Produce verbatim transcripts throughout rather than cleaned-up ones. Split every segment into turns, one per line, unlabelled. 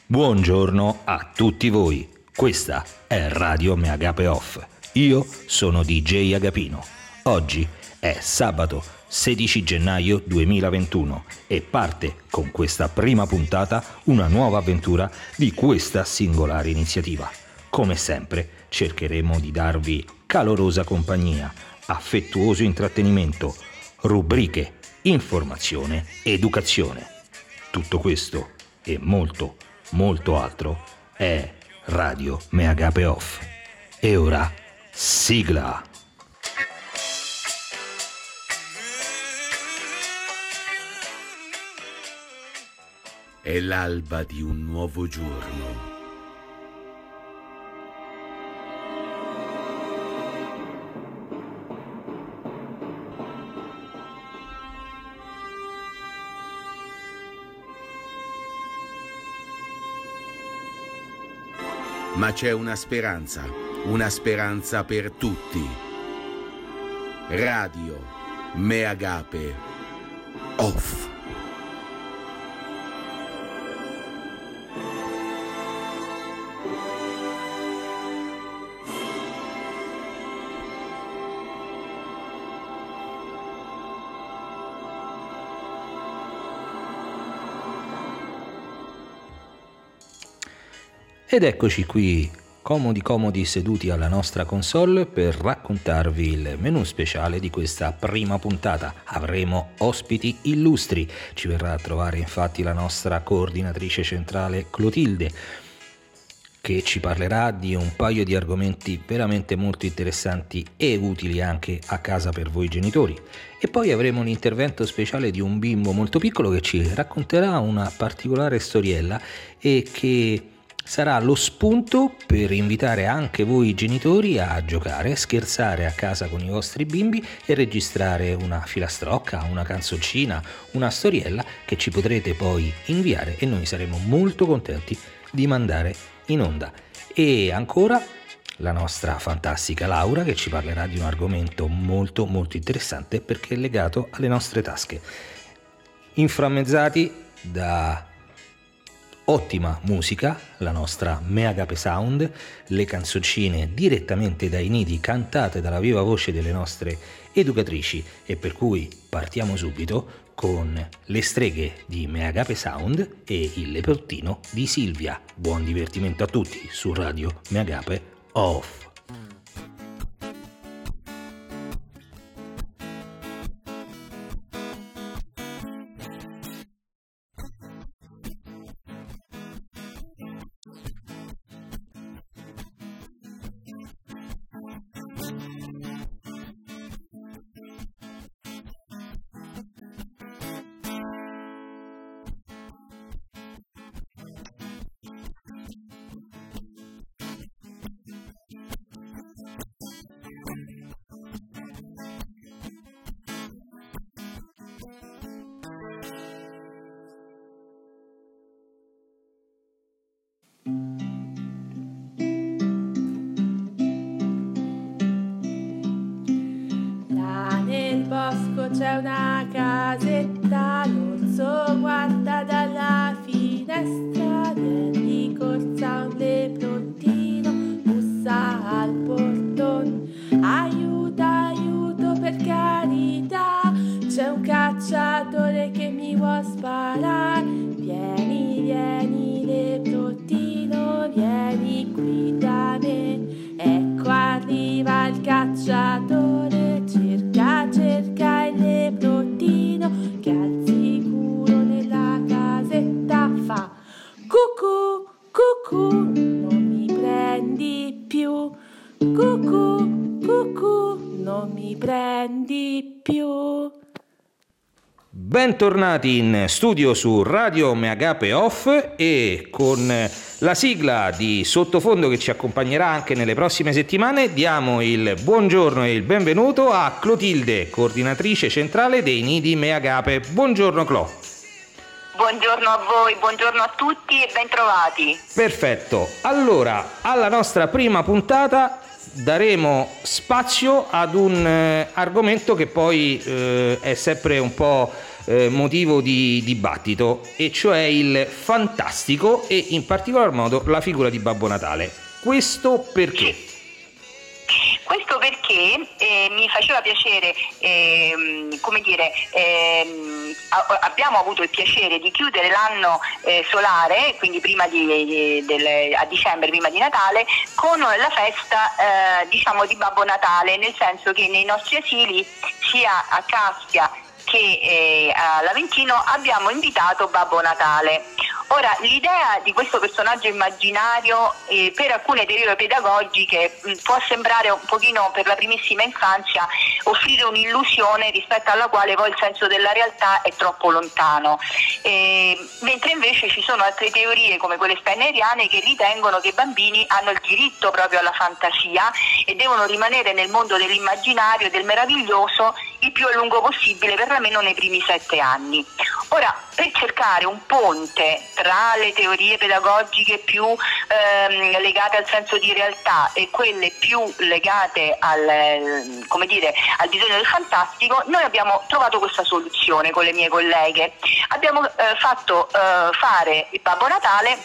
Buongiorno a tutti voi, questa è Radio Meagape Off. Io sono D J Agapino. Oggi è sabato sedici gennaio duemilaventuno e parte con questa prima puntata una nuova avventura di questa singolare iniziativa. Come sempre cercheremo di darvi calorosa compagnia, affettuoso intrattenimento, rubriche, informazione, educazione. Tutto questo e molto, molto altro è Radio Meagape Off. E ora, sigla!
È l'alba di un nuovo giorno. Ma c'è una speranza, una speranza per tutti. Radio Meagape Off.
Ed eccoci qui, comodi comodi seduti alla nostra console per raccontarvi il menù speciale di questa prima puntata. Avremo ospiti illustri, ci verrà a trovare infatti la nostra coordinatrice centrale Clotilde, che ci parlerà di un paio di argomenti veramente molto interessanti e utili anche a casa per voi genitori. E poi avremo un intervento speciale di un bimbo molto piccolo che ci racconterà una particolare storiella e che sarà lo spunto per invitare anche voi genitori a giocare, scherzare a casa con i vostri bimbi e registrare una filastrocca, una canzoncina, una storiella che ci potrete poi inviare e noi saremo molto contenti di mandare in onda. E ancora la nostra fantastica Laura che ci parlerà di un argomento molto molto interessante perché è legato alle nostre tasche. Inframmezzati da ottima musica, la nostra Meagape Sound, le canzoncine direttamente dai nidi cantate dalla viva voce delle nostre educatrici e per cui partiamo subito con le streghe di Meagape Sound e il leportino di Silvia. Buon divertimento a tutti su Radio Meagape Off.
C'è una casetta, l'orso guarda dalla finestra, è di corsa un leprottino, bussa al portone, aiuto, aiuto per carità, c'è un cacciatore che mi vuol sparare, vieni, vieni leprottino, vieni qui da me, ecco arriva il cacciatore, cerca, cerca il leprottino che al sicuro nella casetta fa cucù, cucù, non mi prendi più, cucù, cucù, non mi prendi più.
Bentornati in studio su Radio Meagape Off e con la sigla di sottofondo che ci accompagnerà anche nelle prossime settimane diamo il buongiorno e il benvenuto a Clotilde, coordinatrice centrale dei nidi Meagape. Buongiorno Clo.
Buongiorno a voi, buongiorno a tutti e bentrovati.
Perfetto, allora alla nostra prima puntata daremo spazio ad un eh, argomento che poi eh, è sempre un po' eh, motivo di dibattito, e cioè il fantastico e in particolar modo la figura di Babbo Natale. Questo perché?
Questo perché eh, mi faceva piacere, ehm, come dire, ehm, a- abbiamo avuto il piacere di chiudere l'anno eh, solare, quindi prima di, di- del, a dicembre, prima di Natale, con la festa eh, diciamo di Babbo Natale, nel senso che nei nostri asili, sia a Castia che eh, all'Aventino, abbiamo invitato Babbo Natale. Ora, l'idea di questo personaggio immaginario eh, per alcune derive pedagogiche mh, può sembrare un pochino, per la primissima infanzia, offrire un'illusione rispetto alla quale poi il senso della realtà è troppo lontano, eh, mentre invece ci sono altre teorie come quelle steineriane che ritengono che i bambini hanno il diritto proprio alla fantasia e devono rimanere nel mondo dell'immaginario e del meraviglioso il più a lungo possibile, perlomeno nei primi sette anni. Ora, per cercare un ponte tra le teorie pedagogiche più ehm, legate al senso di realtà e quelle più legate al, eh, come dire, al bisogno del fantastico, noi abbiamo trovato questa soluzione con le mie colleghe. Abbiamo eh, fatto eh, fare il Babbo Natale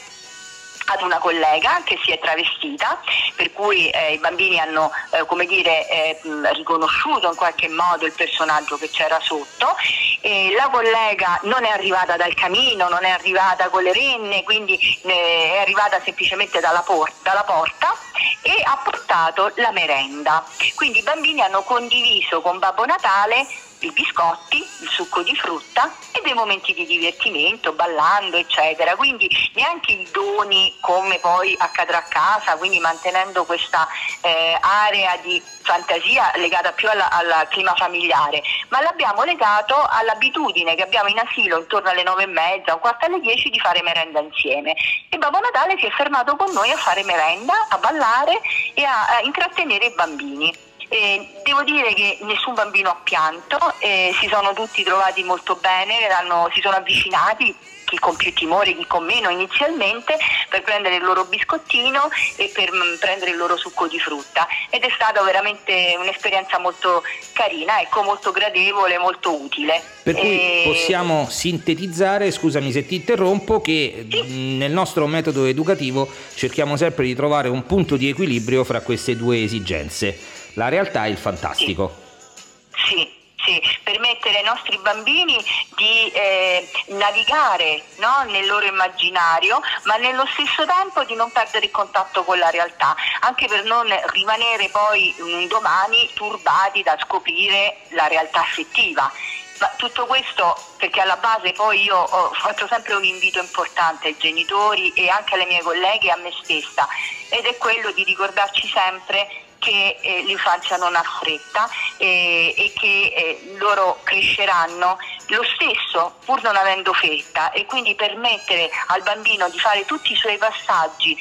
ad una collega che si è travestita, per cui eh, i bambini hanno eh, come dire eh, riconosciuto in qualche modo il personaggio che c'era sotto, e la collega non è arrivata dal camino, non è arrivata con le renne, quindi eh, è arrivata semplicemente dalla, por- dalla porta e ha portato la merenda. Quindi i bambini hanno condiviso con Babbo Natale i biscotti, il succo di frutta e dei momenti di divertimento, ballando, eccetera. Quindi neanche i doni come poi accadrà a casa, quindi mantenendo questa eh, area di fantasia legata più alla, al clima familiare, ma l'abbiamo legato all'abitudine che abbiamo in asilo intorno alle nove e mezza, un quarto alle dieci, di fare merenda insieme. E Babbo Natale si è fermato con noi a fare merenda, a ballare e a, a intrattenere i bambini. Eh, devo dire che nessun bambino ha pianto, eh, si sono tutti trovati molto bene, hanno, si sono avvicinati, chi con più timore, chi con meno inizialmente, per prendere il loro biscottino e per mh, prendere il loro succo di frutta, ed è stata veramente un'esperienza molto carina, ecco, molto gradevole, molto utile.
Per cui
Eh,
possiamo sintetizzare, scusami se ti interrompo, che
sì.
nel nostro metodo educativo cerchiamo sempre di trovare un punto di equilibrio fra queste due esigenze, la realtà e il fantastico.
Sì, sì, sì, permettere ai nostri bambini di eh, navigare, no, nel loro immaginario, ma nello stesso tempo di non perdere il contatto con la realtà, anche per non rimanere poi un domani turbati da scoprire la realtà affettiva. Ma tutto questo perché alla base poi io ho fatto sempre un invito importante ai genitori e anche alle mie colleghe e a me stessa, ed è quello di ricordarci sempre che eh, l'infanzia non ha fretta eh, e che eh, loro cresceranno lo stesso pur non avendo fretta, e quindi permettere al bambino di fare tutti i suoi passaggi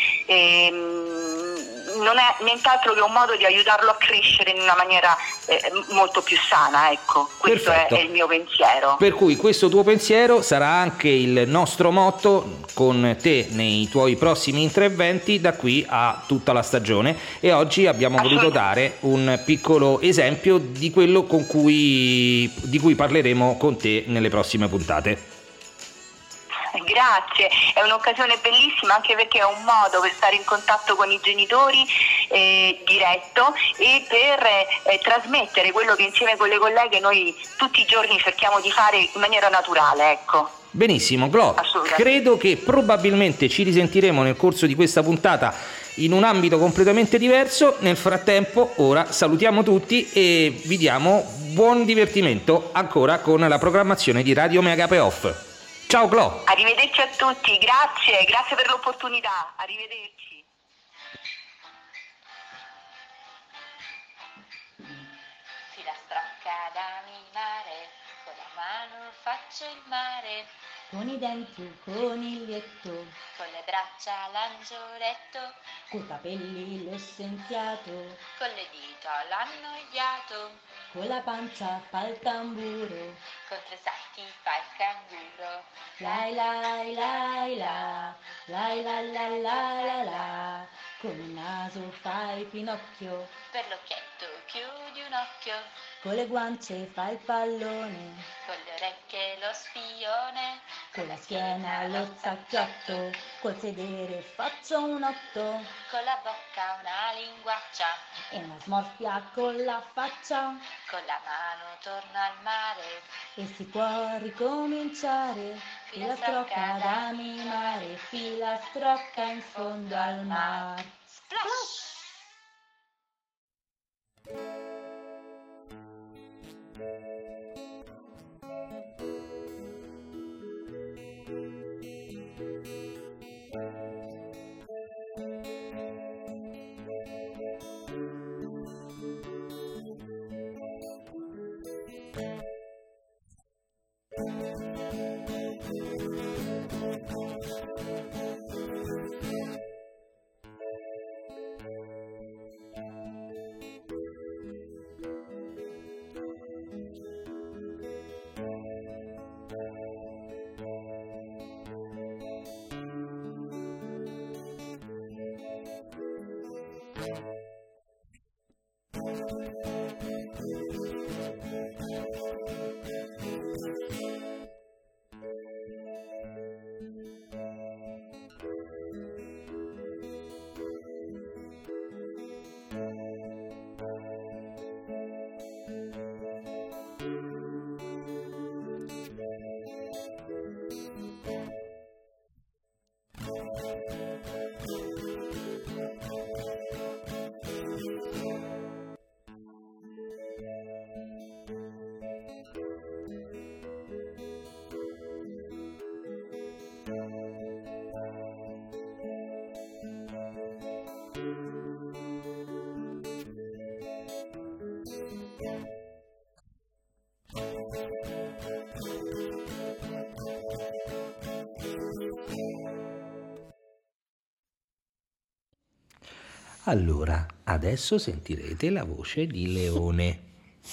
ehm, non è nient'altro che un modo di aiutarlo a crescere in una maniera eh, molto più sana, ecco, questo è, è il mio pensiero.
Per cui questo tuo pensiero sarà anche il nostro motto con te nei tuoi prossimi interventi da qui a tutta la stagione, e oggi abbiamo voluto dare un piccolo esempio di quello con cui, di cui parleremo con te nelle prossime puntate.
Grazie, è un'occasione bellissima, anche perché è un modo per stare in contatto con i genitori eh, diretto e per eh, trasmettere quello che insieme con le colleghe noi tutti i giorni cerchiamo di fare in maniera naturale, ecco.
Benissimo, Glo, credo che probabilmente ci risentiremo nel corso di questa puntata in un ambito completamente diverso. Nel frattempo ora salutiamo tutti e vi diamo buon divertimento ancora con la programmazione di Radio Mega Payoff. Ciao Glo!
Arrivederci a tutti, grazie, grazie per l'opportunità, arrivederci.
Filastrocca da mimare, con la mano faccio il mare,
con i denti un coniglietto,
con le braccia l'angioletto,
coi capelli l'ho senziato,
con le dita l'annoiato,
con la pancia fa il tamburo,
con tre salti fa il canguro.
Lai lai lai la, lai la la la la la, Con il naso fai Pinocchio,
per l'occhietto chiudi un occhio,
con le guance fai il pallone,
con le orecchie lo spione,
con la schiena lo zacchiotto, col sedere faccio un otto
con la bocca una linguaccia,
e una smorfia con la faccia
con la mano torno al mare,
e si può ricominciare. Filastrocca da mimare, filastrocca in fondo al mar.
Splash!
Allora, adesso sentirete la voce di Leone.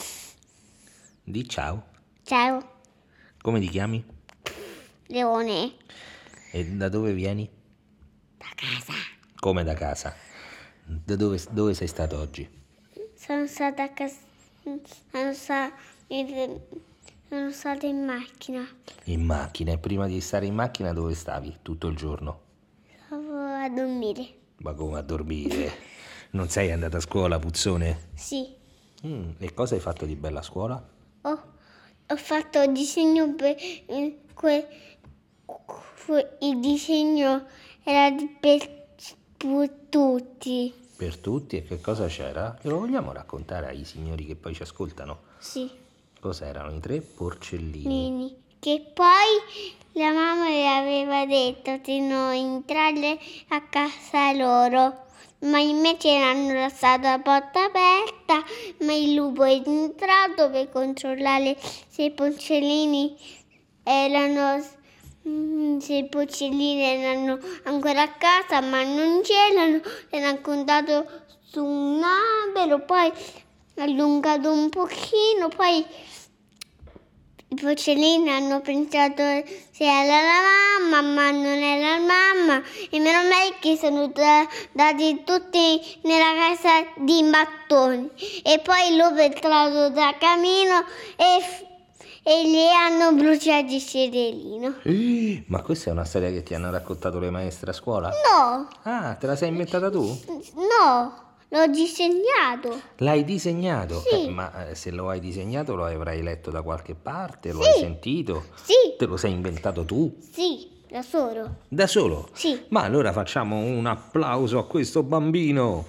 Di ciao.
Ciao,
Come ti chiami?
Leone.
E da dove vieni?
Da casa.
Come da casa? Da dove, dove sei stato oggi?
Sono stata a casa. Sono, sta- in- sono stata in macchina.
In macchina. E prima di stare in macchina dove stavi tutto il giorno?
Stavo a dormire.
Ma come a dormire? Non sei andata a scuola, puzzone?
Sì.
Mm, e cosa hai fatto di bella a scuola?
Ho, ho fatto il disegno per eh, que- que- il disegno era di- per, per tutti.
Per tutti? E che cosa c'era? Lo vogliamo raccontare ai signori che poi ci ascoltano?
Sì.
Cos'erano i tre porcellini?
Nini. Che poi la mamma le aveva detto di non entrare a casa loro, ma invece hanno lasciato la porta aperta, ma il lupo è entrato per controllare se i porcellini erano, mm, se i porcellini erano ancora a casa, ma non c'erano, l'hanno contato su un albero, poi allungato un pochino, poi i porcellini hanno pensato se era la mamma, ma non era la mamma, e meno male che sono da- andati tutti nella casa di mattoni. E poi il lupo è entrato da camino e, f- e li hanno bruciati il cerealino.
Eh, ma questa è una storia che ti hanno raccontato le maestre a scuola?
No,
Ah, te la sei inventata tu?
no, l'ho disegnato.
L'hai disegnato?
Sì.
Eh, ma eh, se lo hai disegnato lo avrai letto da qualche parte, lo
Sì.
hai sentito?
Sì,
Te lo sei inventato tu?
sì, da solo.
Da solo?
Sì.
Ma allora facciamo un applauso a questo bambino.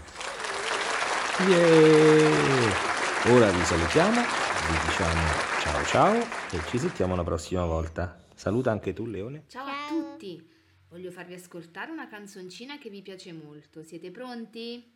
Yeah! Ora vi salutiamo, vi diciamo ciao ciao e ci sentiamo la prossima volta. Saluta anche tu, Leone.
Ciao a
Ciao.
tutti! Voglio farvi ascoltare una canzoncina che vi piace molto. Siete pronti?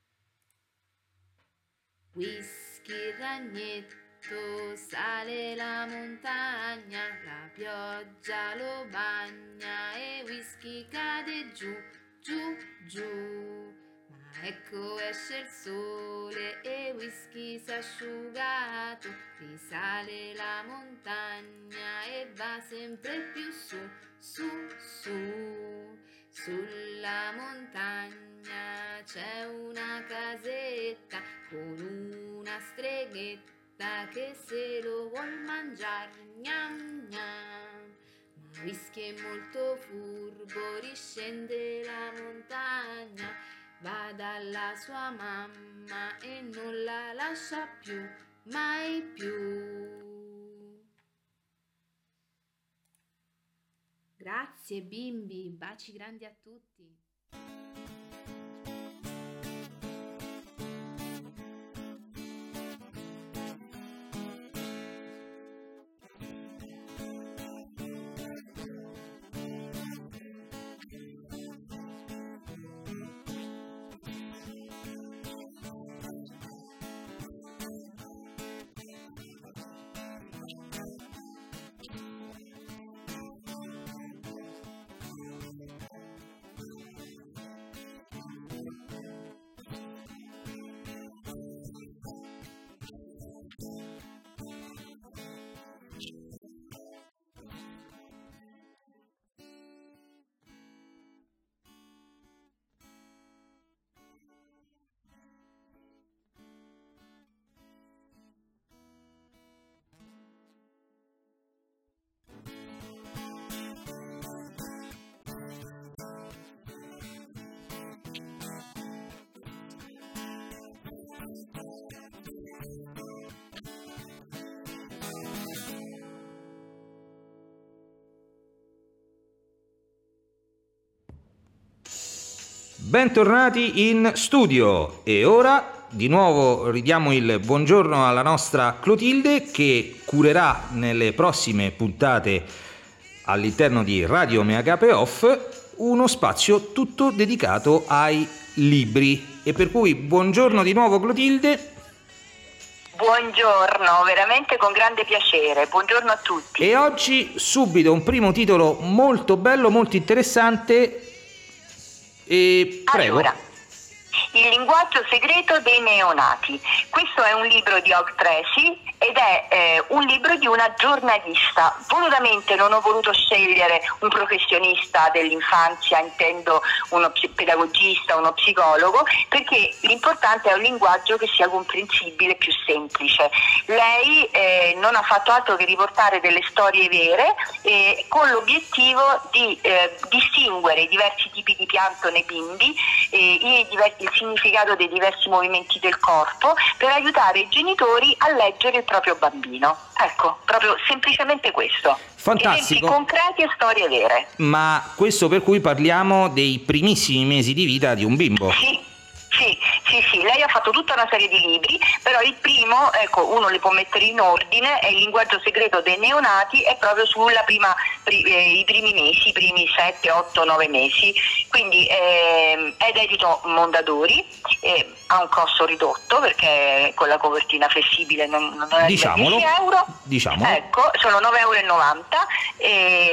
Whisky ragnetto, sale la montagna, la pioggia lo bagna e whisky cade giù, giù, giù. Ma ecco esce il sole e whisky s'è asciugato, risale la montagna e va sempre più su, su, su. Sulla montagna c'è una casetta con una streghetta che se lo vuol mangiare, gnam gnam. Ma Whisky è molto furbo, riscende la montagna, va dalla sua mamma e non la lascia più, mai più. Grazie bimbi, baci grandi a tutti.
Bentornati in studio e ora di nuovo ridiamo il buongiorno alla nostra Clotilde che curerà nelle prossime puntate all'interno di Radio Meagape Off uno spazio tutto dedicato ai libri e per cui buongiorno di nuovo Clotilde.
Buongiorno, veramente con grande piacere, buongiorno a tutti.
E oggi subito un primo titolo molto bello, molto interessante. E prego.
Allora, Il linguaggio segreto dei neonati. Questo è un libro di Og Tracy ed è eh, un libro di una giornalista. Volutamente non ho voluto scegliere un professionista dell'infanzia, intendo uno pedagogista, uno psicologo, perché l'importante è un linguaggio che sia comprensibile, più semplice. Lei eh, non ha fatto altro che riportare delle storie vere eh, con l'obiettivo di eh, distinguere i diversi tipi di pianto nei bimbi, eh, i diversi, il significato dei diversi movimenti del corpo, per aiutare i genitori a leggere il proprio bambino. Ecco, proprio semplicemente questo.
Fantastico.
Esempi concreti e storie vere.
Ma questo per cui parliamo dei primissimi mesi di vita di un bimbo?
Sì. Sì, sì, sì, lei ha fatto tutta una serie di libri, però il primo, ecco, uno li può mettere in ordine, è Il linguaggio segreto dei neonati, è proprio sulla prima, pri, eh, i primi mesi, i primi sette, otto, nove mesi, quindi eh, è edito Mondadori, eh, ha un costo ridotto perché con la copertina flessibile non, non è
diciamolo,
dieci euro,
diciamolo.
Ecco, sono nove virgola novanta euro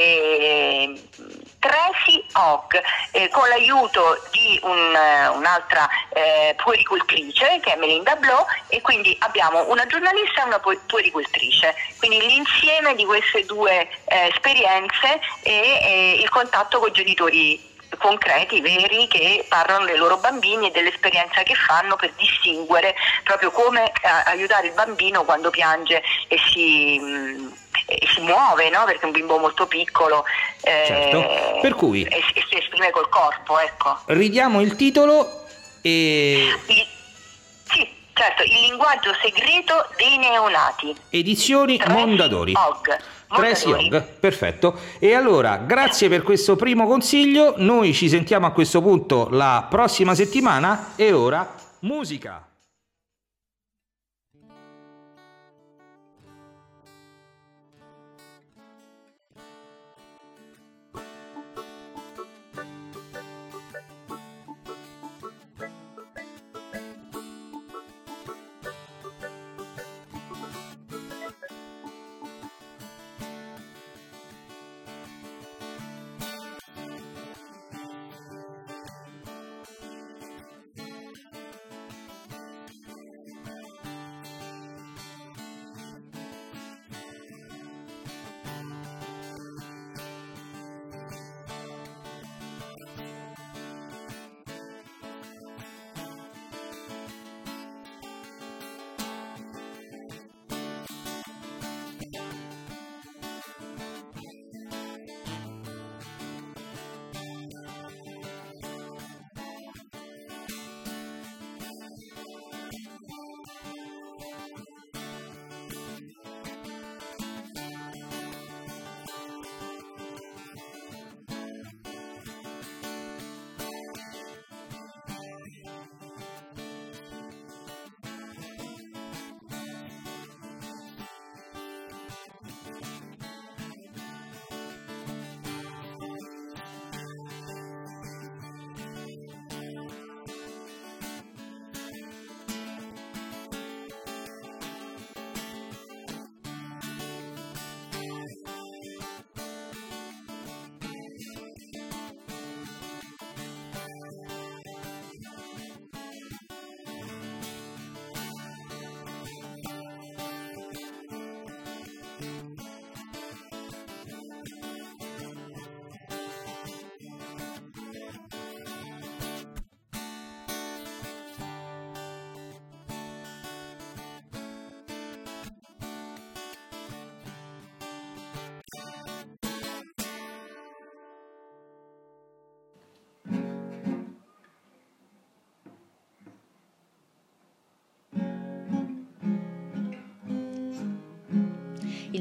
e... Tracy Og, eh, con l'aiuto di un, un'altra eh, puericultrice che è Melinda Blow, e quindi abbiamo una giornalista e una puericultrice, quindi l'insieme di queste due eh, esperienze e, e il contatto con genitori concreti, veri, che parlano dei loro bambini e dell'esperienza che fanno per distinguere proprio come eh, aiutare il bambino quando piange e si... Mh, e si muove, no? Perché è un bimbo molto piccolo, eh,
certo. Per cui
e, e si esprime col corpo, ecco.
Ridiamo il titolo e...
Il, sì, certo, Il linguaggio segreto dei neonati.
Edizioni
Tracy
Mondadori.
Og.
Tracy Og, perfetto. E allora, grazie per questo primo consiglio, noi ci sentiamo a questo punto la prossima settimana e ora musica.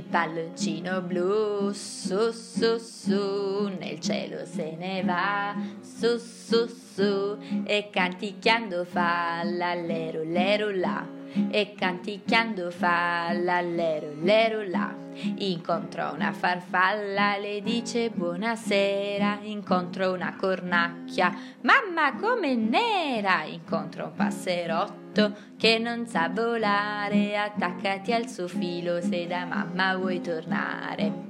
Il palloncino blu su su su nel cielo se ne va, su su su, e canticchiando fa l'allero lero là, e canticchiando fa l'allero lero là. Incontrò una farfalla, le dice buonasera. Incontro una cornacchia, mamma com'è nera. Incontro un passerotto che non sa volare, attaccati al suo filo se da mamma vuoi tornare.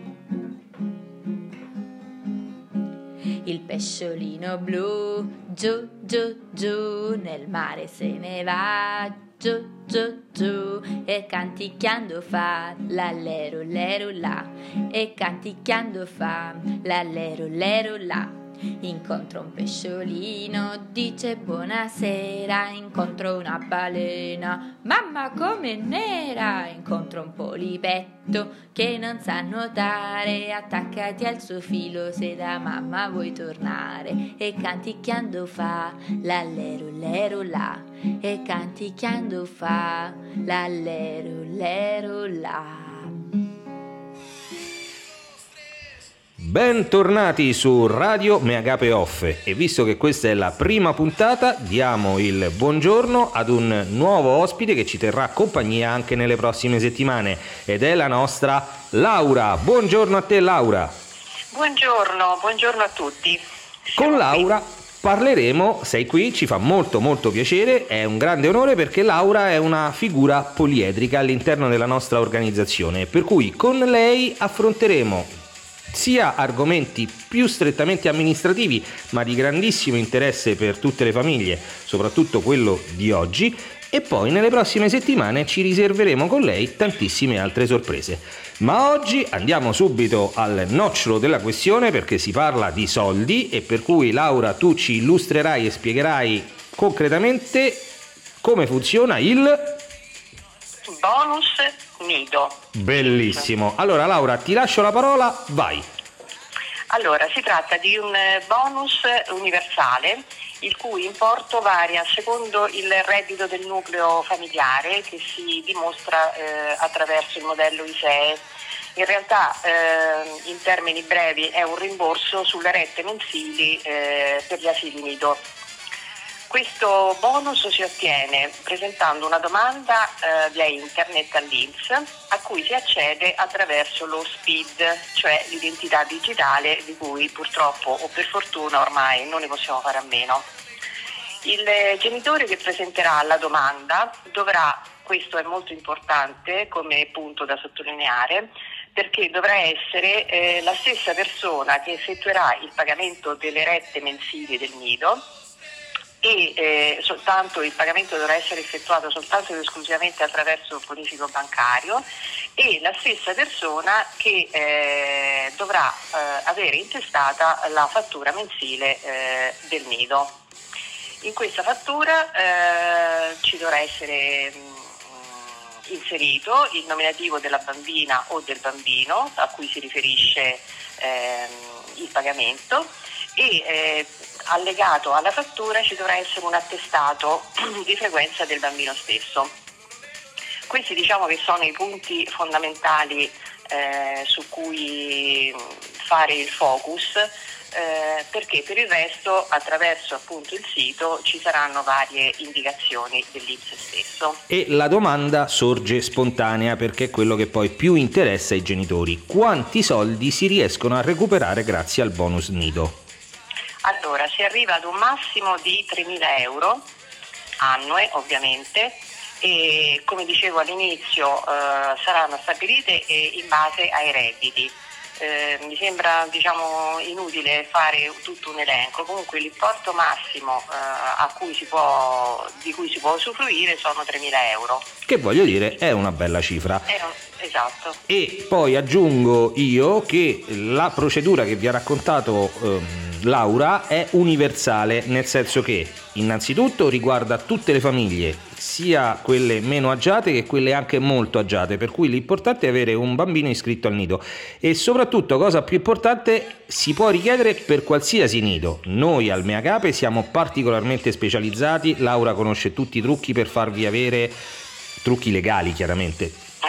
Il pesciolino blu giù giù giù nel mare se ne va, giù giù giù, e canticchiando fa l'allero lero là, e canticchiando fa l'allero lero là. Incontro un pesciolino, dice buonasera. Incontro una balena, mamma com'è nera. Incontro un polipetto che non sa nuotare, attaccati al suo filo se da mamma vuoi tornare, e canticchiando fa l'allero lero là, e canticchiando fa l'allero lero là.
Bentornati su Radio Meagape Off, e visto che questa è la prima puntata, diamo il buongiorno ad un nuovo ospite che ci terrà compagnia anche nelle prossime settimane, ed è la nostra Laura. Buongiorno a te, Laura.
Buongiorno, buongiorno a tutti. Siamo
Con Laura
qui.
Parleremo, sei qui, ci fa molto molto piacere, è un grande onore perché Laura è una figura poliedrica all'interno della nostra organizzazione, per cui con lei affronteremo sia argomenti più strettamente amministrativi ma di grandissimo interesse per tutte le famiglie, soprattutto quello di oggi, e poi nelle prossime settimane ci riserveremo con lei tantissime altre sorprese. Ma oggi andiamo subito al nocciolo della questione, perché si parla di soldi, e per cui Laura tu ci illustrerai e spiegherai concretamente come funziona il
Bonus nido.
Bellissimo. Allora Laura, ti lascio la parola, vai.
Allora, si tratta di un bonus universale il cui importo varia secondo il reddito del nucleo familiare, che si dimostra eh, attraverso il modello I S E E. In realtà eh, in termini brevi è un rimborso sulle rette mensili eh, per gli asili nido. Questo bonus si ottiene presentando una domanda eh, via internet all'I N P S, a cui si accede attraverso lo S P I D, cioè l'identità digitale di cui purtroppo o per fortuna ormai non ne possiamo fare a meno. Il genitore che presenterà la domanda dovrà, questo è molto importante come punto da sottolineare, perché dovrà essere eh, la stessa persona che effettuerà il pagamento delle rette mensili del nido, e eh, soltanto il pagamento dovrà essere effettuato soltanto ed esclusivamente attraverso il bonifico bancario, e la stessa persona che eh, dovrà eh, avere intestata la fattura mensile eh, del nido. In questa fattura eh, ci dovrà essere mh, inserito il nominativo della bambina o del bambino a cui si riferisce eh, il pagamento, e eh, allegato alla fattura ci dovrà essere un attestato di frequenza del bambino stesso. Questi diciamo che sono i punti fondamentali eh, su cui fare il focus, eh, perché per il resto attraverso appunto il sito ci saranno varie indicazioni dell'I N P S stesso.
E la domanda sorge spontanea, perché è quello che poi più interessa ai genitori: quanti soldi si riescono a recuperare grazie al bonus nido?
Allora, si arriva ad un massimo di tremila euro annue, ovviamente, e come dicevo all'inizio eh, saranno stabilite eh, in base ai redditi. Eh, mi sembra diciamo inutile fare tutto un elenco, comunque l'importo massimo eh, a cui si può, di cui si può usufruire sono tremila euro.
Che voglio dire è una bella cifra.
È un, esatto.
E poi aggiungo io che la procedura che vi ha raccontato ehm, Laura è universale, nel senso che innanzitutto riguarda tutte le famiglie, sia quelle meno agiate che quelle anche molto agiate, per cui l'importante è avere un bambino iscritto al nido, e soprattutto, cosa più importante, si può richiedere per qualsiasi nido. Noi al Meagape siamo particolarmente specializzati, Laura conosce tutti i trucchi per farvi avere, trucchi legali chiaramente,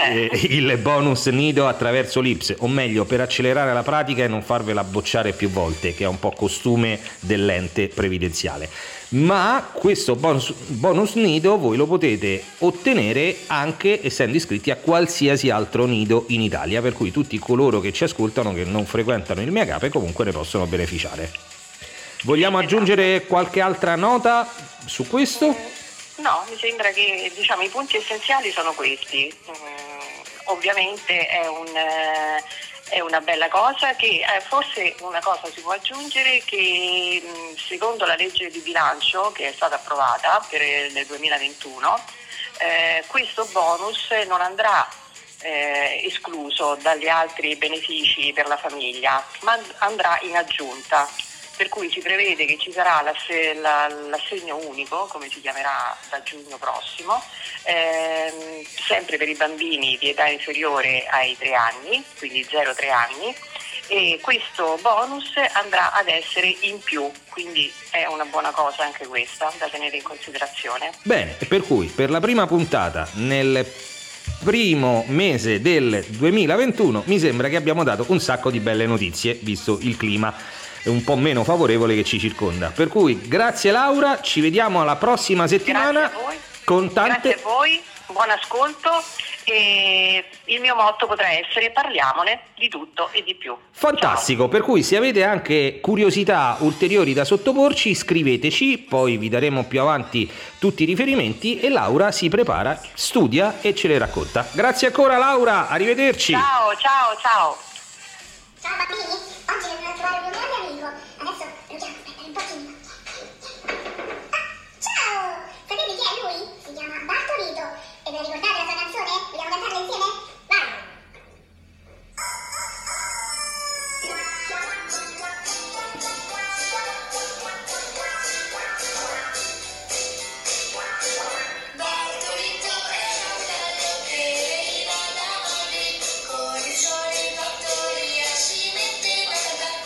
eh, il bonus nido attraverso l'I P S, o meglio, per accelerare la pratica e non farvela bocciare più volte, che è un po' costume dell'ente previdenziale. Ma questo bonus, bonus nido voi lo potete ottenere anche essendo iscritti a qualsiasi altro nido in Italia, per cui tutti coloro che ci ascoltano, che non frequentano il Miacape, comunque ne possono beneficiare. Vogliamo aggiungere qualche altra nota su questo?
No, mi sembra che, diciamo, i punti essenziali sono questi. Mm, ovviamente è un... Eh, È una bella cosa, che eh, forse una cosa si può aggiungere, che mh, secondo la legge di bilancio che è stata approvata per il duemilaventuno, eh, questo bonus non andrà eh, escluso dagli altri benefici per la famiglia, ma andrà in aggiunta. Per cui si prevede che ci sarà l'asse- la- l'assegno unico, come si chiamerà da giugno prossimo, ehm, sempre per i bambini di età inferiore ai tre anni, quindi zero tre anni, e questo bonus andrà ad essere in più, quindi è una buona cosa anche questa da tenere in considerazione.
Bene, e per cui per la prima puntata nel primo mese del duemilaventuno mi sembra che abbiamo dato un sacco di belle notizie, visto il clima un po' meno favorevole che ci circonda. Per cui grazie Laura, ci vediamo alla prossima settimana.
Grazie a voi.
Con tante...
Grazie a voi, buon ascolto, e il mio motto potrà essere: parliamone di tutto e di più.
Fantastico.
Ciao.
Per cui se avete anche curiosità ulteriori da sottoporci, scriveteci, poi vi daremo più avanti tutti i riferimenti e Laura si prepara, studia e ce le racconta. Grazie ancora Laura, arrivederci.
Ciao, ciao, ciao.
Ciao bambini, oggi devo trovare un mio grande amico. Adesso lo chiamo, aspetta un pochino. Ah, ciao! Sapete chi è lui? Si chiama Bartolito. E ve la ricordate la sua canzone? Vogliamo cantarla insieme? Vai!
Bartolito era un bello che veniva da Madrid, con i suoi fattori si metteva a cantare.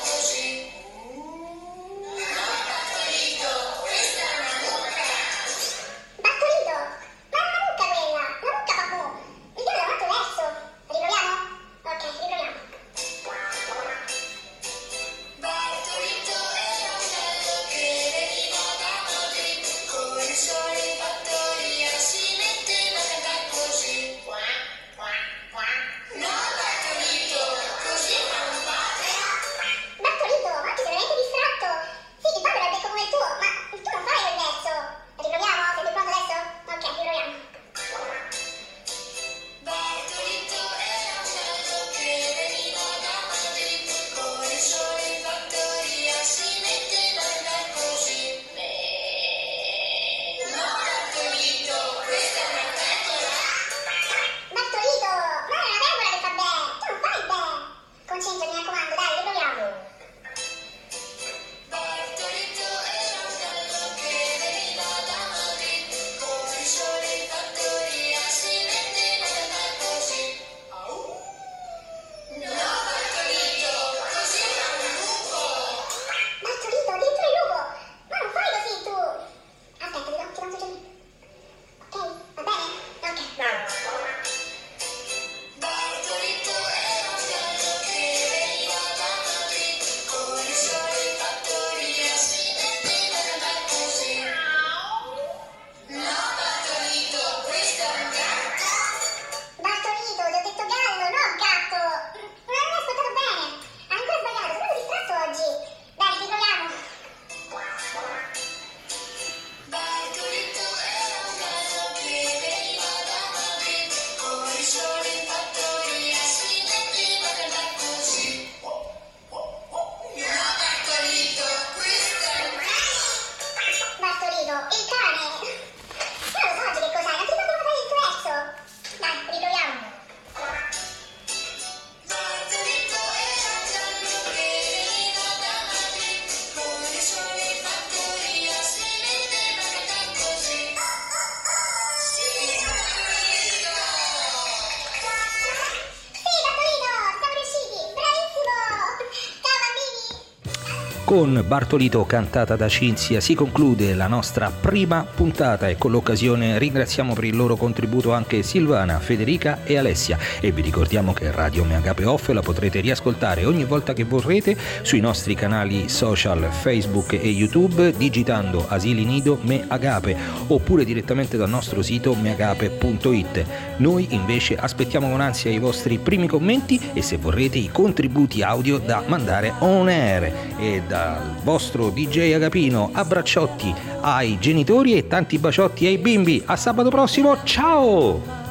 Con Bartolito cantata da Cinzia si conclude la nostra prima puntata e con l'occasione ringraziamo per il loro contributo anche Silvana, Federica e Alessia e vi ricordiamo che Radio Meagape Off la potrete riascoltare ogni volta che vorrete sui nostri canali social Facebook e YouTube digitando Asili Nido Meagape oppure direttamente dal nostro sito meagape punto it. Noi invece aspettiamo con ansia i vostri primi commenti e se vorrete i contributi audio da mandare on air e dal vostro D J Agapino abbracciotti ai genitori e tanti baciotti ai bimbi. A sabato prossimo, ciao!